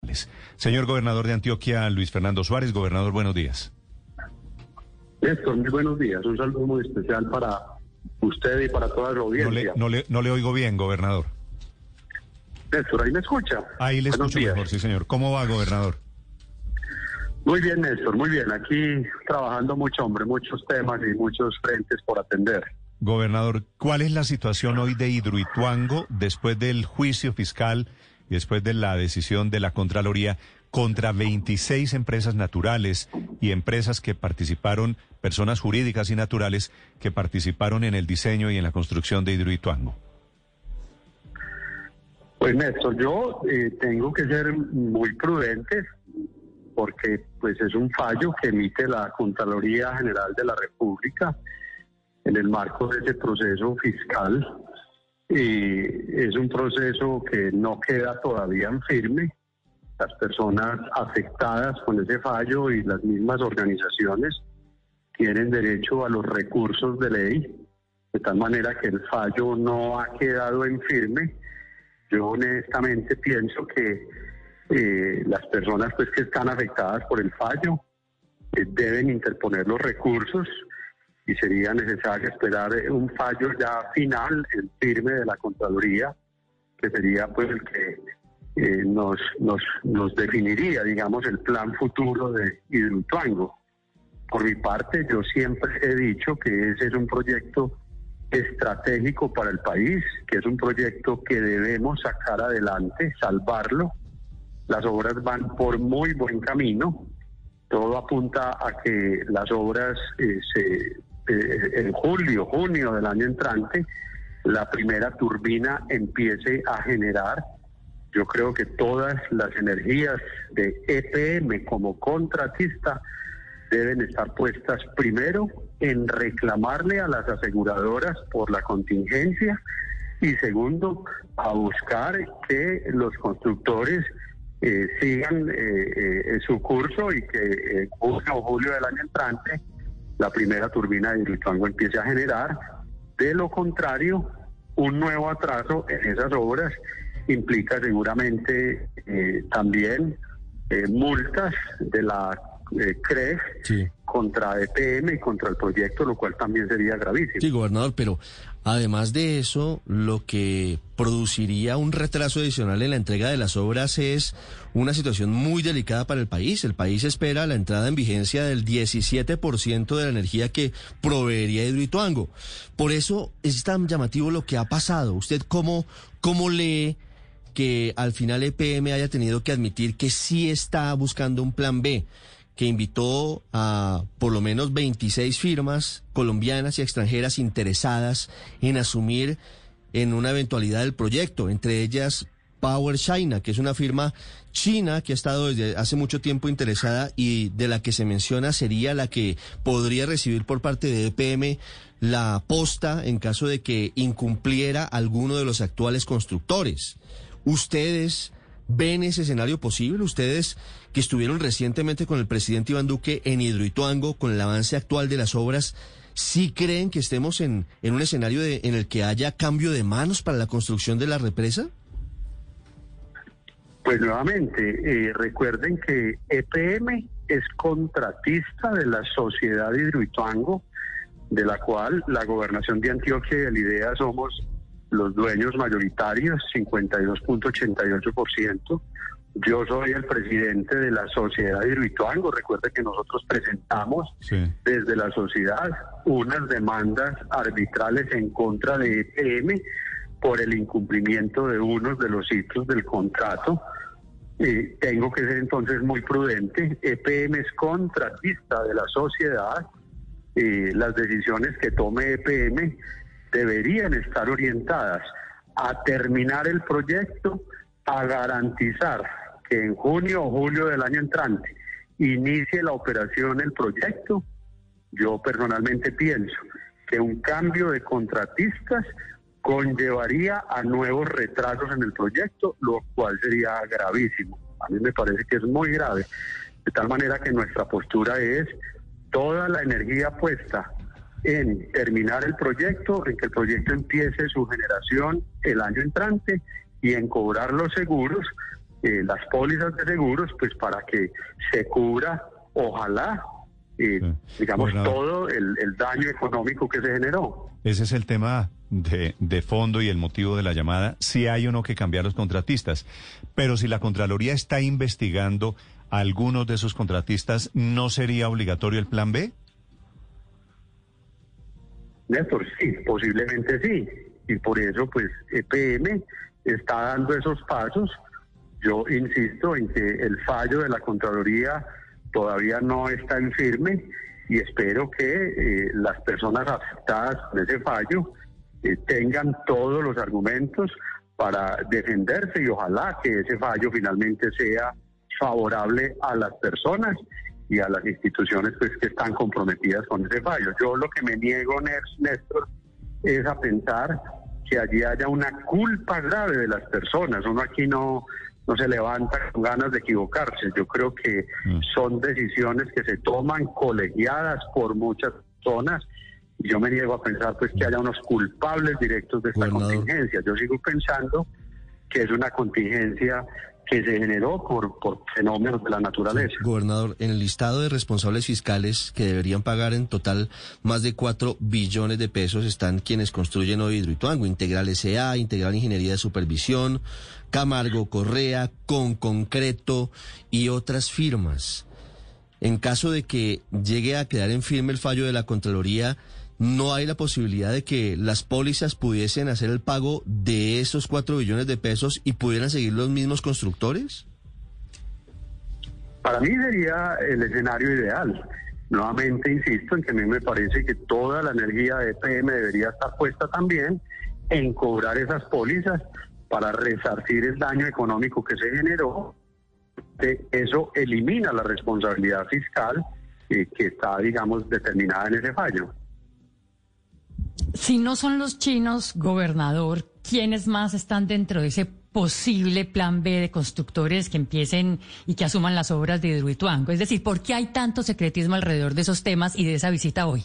Señor gobernador de Antioquia, Luis Fernando Suárez. Gobernador, buenos días. Néstor, muy buenos días. Un saludo muy especial para usted y para toda la audiencia. No le oigo bien, gobernador. Néstor, ¿ahí me escucha? Ahí le escucho mejor, sí, señor. ¿Cómo va, gobernador? Muy bien, Néstor, muy bien. Aquí trabajando mucho, hombre, muchos temas y muchos frentes por atender. Gobernador, ¿cuál es la situación hoy de Hidroituango después del juicio fiscal y después de la decisión de la Contraloría contra 26 empresas naturales y empresas que participaron, personas jurídicas y naturales que participaron en el diseño y en la construcción de Hidroituango? Pues Néstor, yo tengo que ser muy prudente porque pues es un fallo que emite la Contraloría General de la República en el marco de ese proceso fiscal. Y es un proceso que no queda todavía en firme. Las personas afectadas con ese fallo y las mismas organizaciones tienen derecho a los recursos de ley, de tal manera que el fallo no ha quedado en firme. Yo honestamente pienso que las personas pues que están afectadas por el fallo deben interponer los recursos y sería necesario esperar un fallo ya final, en firme de la Contraloría, que sería pues el que nos definiría, digamos, el plan futuro de Hidroituango. Por mi parte, yo siempre he dicho que ese es un proyecto estratégico para el país, que es un proyecto que debemos sacar adelante, salvarlo. Las obras van por muy buen camino. Todo apunta a que las obras en junio del año entrante, la primera turbina empiece a generar. Yo creo que todas las energías de EPM como contratista deben estar puestas primero en reclamarle a las aseguradoras por la contingencia y segundo, a buscar que los constructores sigan su curso y que en junio o julio del año entrante la primera turbina de Hidroituango empiece a generar. De lo contrario, un nuevo atraso en esas obras implica seguramente también multas de la CREG contra EPM y contra el proyecto, lo cual también sería gravísimo. Sí, gobernador, pero además de eso, lo que produciría un retraso adicional en la entrega de las obras es una situación muy delicada para el país. El país espera la entrada en vigencia del 17% de la energía que proveería Hidroituango. Por eso es tan llamativo lo que ha pasado. ¿Usted cómo lee que al final EPM haya tenido que admitir que sí está buscando un plan B, que invitó a por lo menos 26 firmas colombianas y extranjeras interesadas en asumir en una eventualidad del proyecto, entre ellas Power China, que es una firma china que ha estado desde hace mucho tiempo interesada y de la que se menciona sería la que podría recibir por parte de EPM la posta en caso de que incumpliera alguno de los actuales constructores? ¿Ustedes ven ese escenario posible? Ustedes que estuvieron recientemente con el presidente Iván Duque en Hidroituango, con el avance actual de las obras, ¿sí creen que estemos en un escenario en el que haya cambio de manos para la construcción de la represa? Pues nuevamente, recuerden que EPM es contratista de la sociedad Hidroituango, de la cual la Gobernación de Antioquia y el IDEA somos los dueños mayoritarios, 52.88%. Yo soy el presidente de la sociedad Hidroituango. Recuerde que nosotros presentamos desde la sociedad unas demandas arbitrales en contra de EPM por el incumplimiento de unos de los hitos del contrato. Tengo que ser entonces muy prudente. EPM es contratista de la sociedad. Las decisiones que tome EPM deberían estar orientadas a terminar el proyecto, a garantizar que en junio o julio del año entrante inicie la operación el proyecto. Yo personalmente pienso que un cambio de contratistas conllevaría a nuevos retrasos en el proyecto, lo cual sería gravísimo. A mí me parece que es muy grave, de tal manera que nuestra postura es toda la energía puesta en terminar el proyecto, en que el proyecto empiece su generación el año entrante y en cobrar los seguros las pólizas de seguros, pues para que se cubra, ojalá, digamos, todo el daño económico que se generó. Ese es el tema de fondo y el motivo de la llamada, si hay o no que cambiar los contratistas. Pero si la Contraloría está investigando a algunos de esos contratistas, ¿no sería obligatorio el plan B? Néstor, sí, posiblemente sí. Y por eso, pues, EPM está dando esos pasos. Yo insisto en que el fallo de la Contraloría todavía no está en firme y espero que las personas afectadas con ese fallo tengan todos los argumentos para defenderse y ojalá que ese fallo finalmente sea favorable a las personas y a las instituciones pues que están comprometidas con ese fallo. Yo lo que me niego, Néstor, es a pensar que allí haya una culpa grave de las personas. Uno aquí no se levanta con ganas de equivocarse. Yo creo que son decisiones que se toman colegiadas por muchas personas. Y yo me niego a pensar pues que haya unos culpables directos de esta contingencia. Yo sigo pensando que es una contingencia que se generó por fenómenos de la naturaleza. Sí, gobernador, en el listado de responsables fiscales que deberían pagar en total más de 4 billones de pesos están quienes construyen hoy Hidroituango: Integral S.A., Integral Ingeniería de Supervisión, Camargo Correa, Concreto y otras firmas. En caso de que llegue a quedar en firme el fallo de la Contraloría, ¿no hay la posibilidad de que las pólizas pudiesen hacer el pago de esos 4 billones de pesos y pudieran seguir los mismos constructores? Para mí sería el escenario ideal. Nuevamente insisto en que a mí me parece que toda la energía de EPM debería estar puesta también en cobrar esas pólizas para resarcir el daño económico que se generó. Eso elimina la responsabilidad fiscal que está, digamos, determinada en ese fallo. Si no son los chinos, gobernador, ¿quiénes más están dentro de ese posible plan B de constructores que empiecen y que asuman las obras de Hidroituango? Es decir, ¿por qué hay tanto secretismo alrededor de esos temas y de esa visita hoy?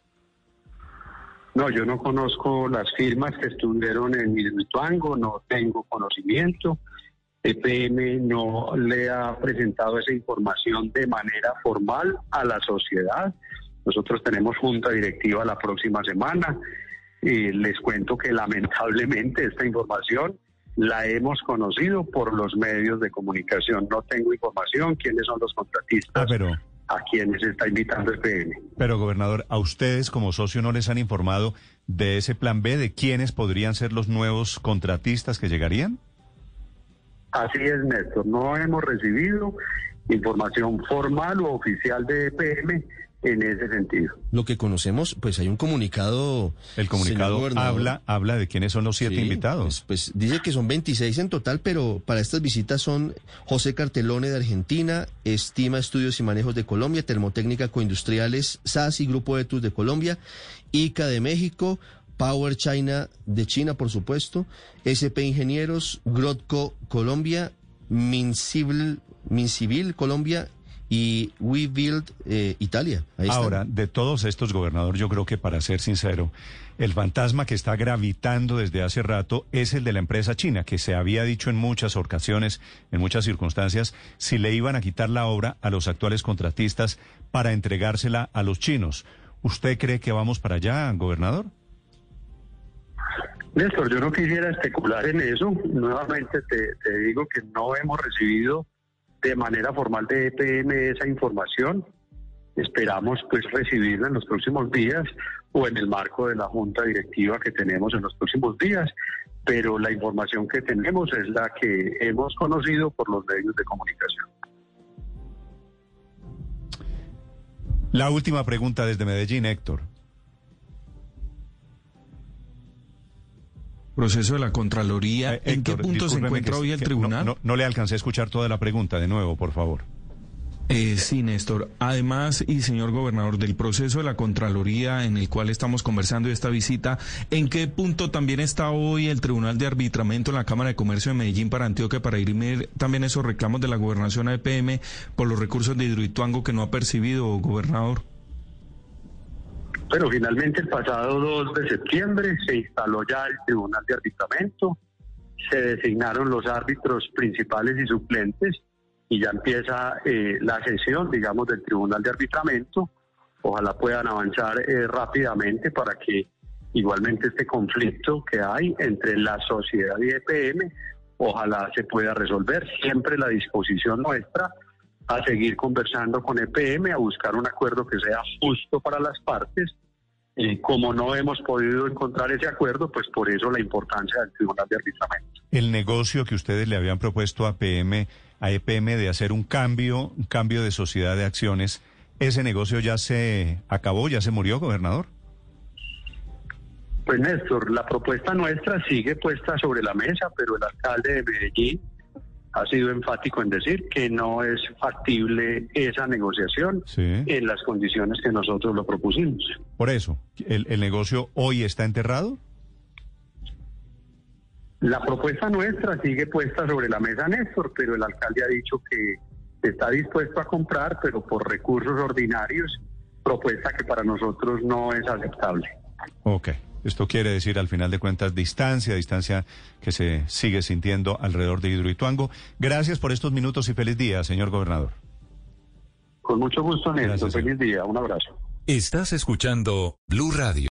No, yo no conozco las firmas que estuvieron en Hidroituango, no tengo conocimiento. EPM no le ha presentado esa información de manera formal a la sociedad. Nosotros tenemos junta directiva la próxima semana y les cuento que lamentablemente esta información la hemos conocido por los medios de comunicación. No tengo información quiénes son los contratistas a quienes está invitando EPM. Pero, gobernador, ¿a ustedes como socio no les han informado de ese plan B, de quiénes podrían ser los nuevos contratistas que llegarían? Así es, Néstor. No hemos recibido información formal o oficial de EPM en ese sentido. Lo que conocemos, pues hay un comunicado. El comunicado habla de quiénes son los 7 invitados. Pues dice que son 26 en total, pero para estas visitas son José Cartelone de Argentina, Estima Estudios y Manejos de Colombia, Termotécnica Coindustriales, SAS y Grupo Etus de Colombia, ICA de México, Power China de China, por supuesto, SP Ingenieros, Grotco Colombia, Mincivil Colombia y WeBuild Italia. Ahí Ahora, están. de todos estos, gobernador, yo creo que, para ser sincero, el fantasma que está gravitando desde hace rato es el de la empresa china, que se había dicho en muchas ocasiones, en muchas circunstancias, si le iban a quitar la obra a los actuales contratistas para entregársela a los chinos. ¿Usted cree que vamos para allá, gobernador? Néstor, yo no quisiera especular en eso. Nuevamente te digo que no hemos recibido de manera formal de EPM esa información. Esperamos pues recibirla en los próximos días o en el marco de la junta directiva que tenemos en los próximos días, pero la información que tenemos es la que hemos conocido por los medios de comunicación. La última pregunta desde Medellín, Héctor. Proceso de la Contraloría. ¿En Héctor, qué punto se encuentra hoy el tribunal? No le alcancé a escuchar toda la pregunta. De nuevo, por favor. Sí, Néstor. Además, y señor gobernador, del proceso de la Contraloría en el cual estamos conversando de esta visita, ¿en qué punto también está hoy el Tribunal de Arbitramiento en la Cámara de Comercio de Medellín para Antioquia para dirimir también esos reclamos de la gobernación a EPM por los recursos de Hidroituango que no ha percibido, gobernador? Pero finalmente el pasado 2 de septiembre se instaló ya el Tribunal de Arbitramiento. se designaron los árbitros principales y suplentes y ya empieza la sesión, digamos, del Tribunal de Arbitramiento. Ojalá puedan avanzar rápidamente para que igualmente este conflicto que hay entre la sociedad y EPM, ojalá se pueda resolver. Siempre la disposición nuestra a seguir conversando con EPM, a buscar un acuerdo que sea justo para las partes. Como no hemos podido encontrar ese acuerdo, pues por eso la importancia del Tribunal de Arbitramiento. El negocio que ustedes le habían propuesto a EPM de hacer un cambio de sociedad de acciones, ¿ese negocio ya se acabó, ya se murió, gobernador? Pues Néstor, la propuesta nuestra sigue puesta sobre la mesa, pero el alcalde de Medellín ha sido enfático en decir que no es factible esa negociación en las condiciones que nosotros lo propusimos. Por eso, ¿el negocio hoy está enterrado? La propuesta nuestra sigue puesta sobre la mesa, Néstor, pero el alcalde ha dicho que está dispuesto a comprar, pero por recursos ordinarios, propuesta que para nosotros no es aceptable. Ok. Esto quiere decir, al final de cuentas, distancia que se sigue sintiendo alrededor de Hidroituango. Gracias por estos minutos y feliz día, señor gobernador. Con mucho gusto, Néstor. Feliz día. Un abrazo. Estás escuchando Blue Radio.